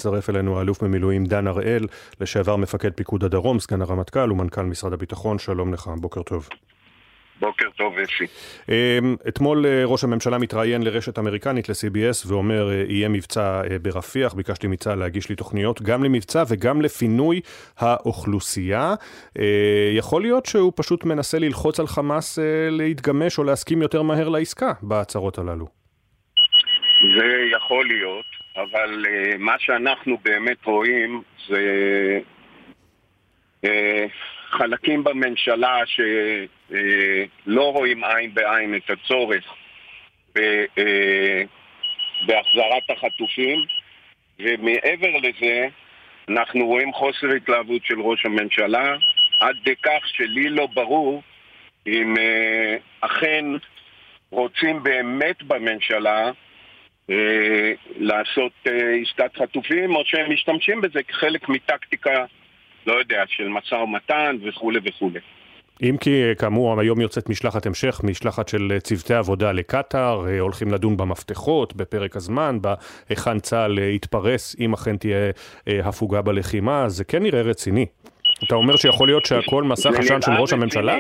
מצטרף אלינו האלוף במילואים דן הראל, לשעבר מפקד פיקוד הדרום, סגן הרמטכ"ל ומנכ"ל משרד הביטחון. שלום לך, בוקר טוב. בוקר טוב, אפי. אתמול ראש הממשלה מתראיין לרשת אמריקנית, ל-CBS, ואומר, יהיה מבצע ברפיח, ביקשתי מצה"ל להגיש לי תוכניות, גם למבצע וגם לפינוי האוכלוסייה. יכול להיות שהוא פשוט מנסה ללחוץ על חמאס להתגמש או להסכים יותר מהר לעסקה בהצהרות הללו? זה יכול להיות, אבל מה שאנחנו באמת רואים זה חלקים בממשלה שלא רואים עין בעין את הצורך בהחזרת החטופים, ומעבר לזה אנחנו רואים חוסר התלהבות של ראש הממשלה, עד כך שלי לא ברור אם אכן רוצים באמת בממשלה לעשות עסקת חטופים, או שהם משתמשים בזה כחלק מטקטיקה, לא יודע, של משא ומתן וכו' וכו'. אם כי כאמור היום יוצאת משלחת המשך, משלחת של צוותי עבודה לקטר, הולכים לדון במפתחות, בפרק הזמן, בהיכן צה"ל יתפרס, אם אכן תהיה הפוגה בלחימה, זה כן נראה רציני. אתה אומר שיכול להיות שהכל מסך עשן של ראש הממשלה?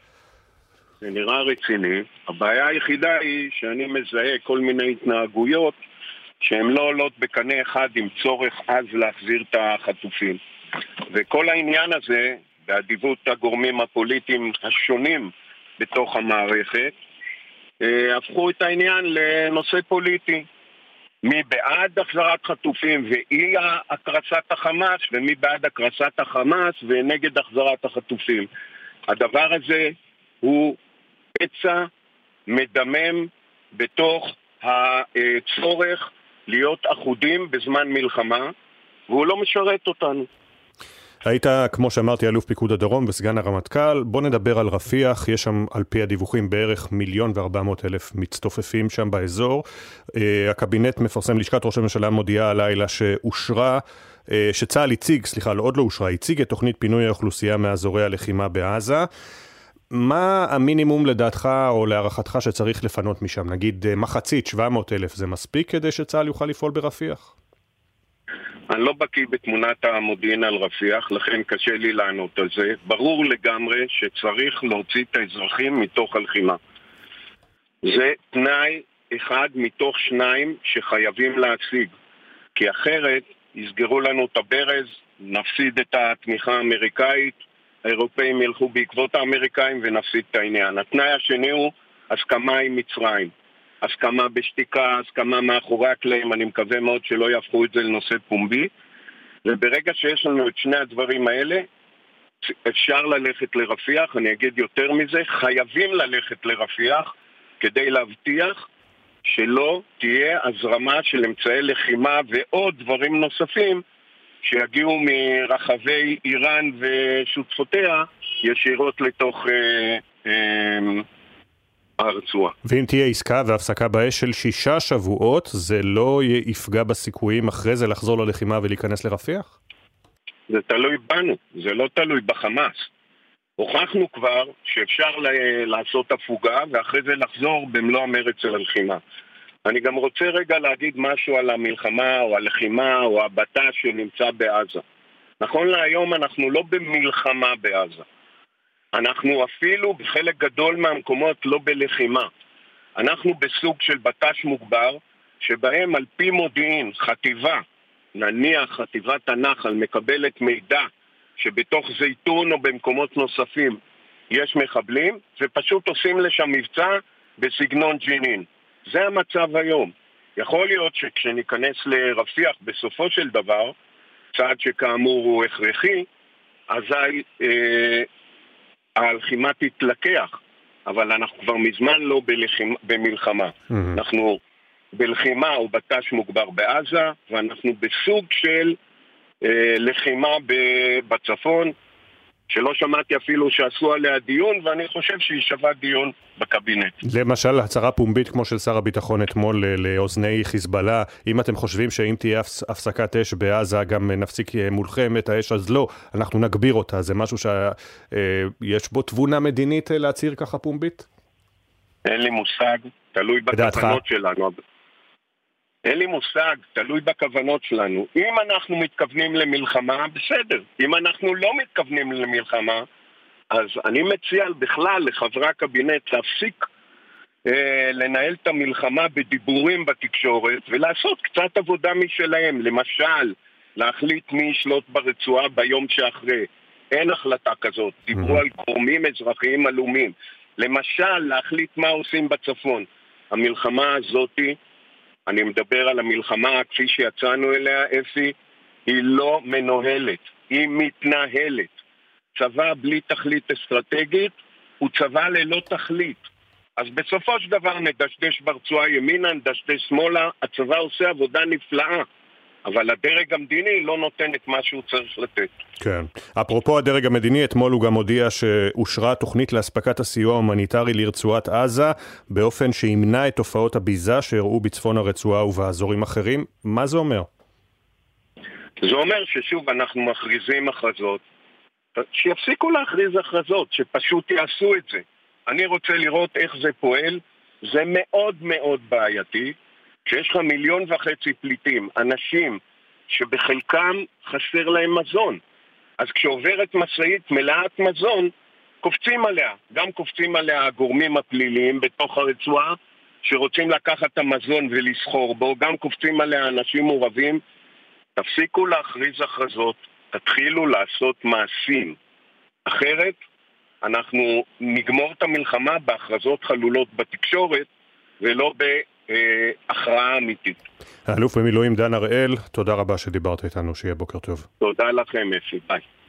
זה נראה רציני. הבעיה היחידה היא שאני מזהה כל מיני התנהגויות שהן לא עולות בקנה אחד עם צורך אז להחזיר את החטופים. וכל העניין הזה, באדיבות הגורמים הפוליטיים השונים בתוך המערכת, הפכו את העניין לנושא פוליטי. מי בעד החזרת חטופים ואי הקרסת החמאס, ומי בעד הקרסת החמאס ונגד החזרת החטופים. הדבר הזה הוא פצע מדמם בתוך הצורך להיות אחודים בזמן מלחמה, והוא לא משרת אותנו. היית, כמו שאמרתי, אלוף פיקוד הדרום וסגן הרמטכ"ל. בוא נדבר על רפיח. יש שם, על פי הדיווחים, בערך 1,400,000 מצטופפים שם באזור. הקבינט מפרסם, לשכת ראש הממשלה מודיעה הלילה שצה"ל הציג, עוד לא אושרה, הציג את תוכנית פינוי האוכלוסייה מאזורי הלחימה בעזה. מה המינימום לדעתך או להערכתך שצריך לפנות משם? נגיד מחצית, 700,000, זה מספיק כדי שצה"ל יוכל לפעול ברפיח? אני לא בקיא בתמונת המודיעין על רפיח, לכן קשה לי לענות על זה. ברור לגמרי שצריך להוציא את האזרחים מתוך הלחימה. זה תנאי אחד מתוך שניים שחייבים להשיג, כי אחרת יסגרו לנו את הברז, נפסיד את התמיכה האמריקאית, האירופאים ילכו בעקבות האמריקאים ונפסיד את העניין. התנאי השני הוא הסכמה עם מצרים. הסכמה בשתיקה, הסכמה מאחורי הקלעים, אני מקווה מאוד שלא יהפכו את זה לנושא פומבי. וברגע שיש לנו את שני הדברים האלה, אפשר ללכת לרפיח. אני אגיד יותר מזה, חייבים ללכת לרפיח כדי להבטיח שלא תהיה הזרמה של אמצעי לחימה ועוד דברים נוספים שיגיעו מרחבי איראן ושותפותיה ישירות לתוך הרצועה. ואם תהיה עסקה והפסקה באש של 6 שבועות, זה לא יפגע בסיכויים אחרי זה לחזור ללחימה ולהיכנס לרפיח? זה תלוי בנו, זה לא תלוי בחמאס. הוכחנו כבר שאפשר לעשות הפוגה ואחרי זה לחזור במלוא המרץ של הלחימה. אני גם רוצה רגע להגיד משהו על המלחמה או הלחימה או הבט"ש שנמצא בעזה. נכון להיום אנחנו לא במלחמה בעזה. אנחנו אפילו בחלק גדול מהמקומות לא בלחימה. אנחנו בסוג של בט"ש מוגבר, שבהם על פי מודיעין חטיבה, נניח חטיבת הנחל, מקבלת מידע שבתוך זיתון או במקומות נוספים יש מחבלים, ופשוט עושים לשם מבצע בסגנון ג'נין. זה המצב היום. יכול להיות שכשניכנס לרפיח בסופו של דבר, צעד שכאמור הוא הכרחי, אזי הלחימה תתלקח, אבל אנחנו כבר מזמן לא במלחמה. אנחנו בלחימה או בט"ש מוגבר בעזה, ואנחנו בסוג של לחימה בצפון, שלא שמעתי אפילו שעשו עליה דיון, ואני חושב שהיא שווה דיון בקבינט. למשל, הצהרה פומבית כמו של שר הביטחון אתמול לאוזני חיזבאללה, אם אתם חושבים שאם תהיה הפסקת אש בעזה, גם נפסיק מולכם את האש, אז לא, אנחנו נגביר אותה. זה משהו שיש בו תבונה מדינית להצהיר ככה פומבית? אין לי מושג, תלוי בתקנות שלנו. אין לי מושג, תלוי בכוונות שלנו. אם אנחנו מתכוונים למלחמה, בסדר. אם אנחנו לא מתכוונים למלחמה, אז אני מציע בכלל לחברי הקבינט להפסיק לנהל את המלחמה בדיבורים בתקשורת ולעשות קצת עבודה משלהם. למשל, להחליט מי ישלוט ברצועה ביום שאחרי. אין החלטה כזאת. דיברו על גורמים אזרחיים עלומים. למשל, להחליט מה עושים בצפון. המלחמה הזאת, אני מדבר על המלחמה כפי שיצאנו אליה, אפי, היא לא מנוהלת, היא מתנהלת. צבא בלי תכלית אסטרטגית הוא צבא ללא תכלית. אז בסופו של דבר נדשדש ברצועה ימינה, נדשדש שמאלה, הצבא עושה עבודה נפלאה, אבל הדרג המדיני לא נותן את מה שהוא צריך לתת. כן. אפרופו הדרג המדיני, אתמול הוא גם הודיע שאושרה תוכנית להספקת הסיוע ההומניטרי לרצועת עזה, באופן שימנע את תופעות הביזה שהראו בצפון הרצועה ובאזורים אחרים. מה זה אומר? זה אומר ששוב אנחנו מכריזים הכרזות, שיפסיקו להכריז הכרזות, שפשוט יעשו את זה. אני רוצה לראות איך זה פועל. זה מאוד מאוד בעייתי, כשיש לך 1.5 מיליון פליטים, אנשים שבחלקם חסר להם מזון. אז כשעוברת משאית מלאת מזון, קופצים עליה. גם קופצים עליה הגורמים הפליליים בתוך הרצועה, שרוצים לקחת את המזון ולסחור בו, גם קופצים עליה אנשים מעורבים. תפסיקו להכריז הכרזות, תתחילו לעשות מעשים. אחרת, אנחנו נגמור את המלחמה בהכרזות חלולות בתקשורת, ולא בהכרעה אמיתית. האלוף במילואים דן הראל, תודה רבה שדיברת איתנו, שיהיה בוקר טוב. תודה לכם, אפי, ביי.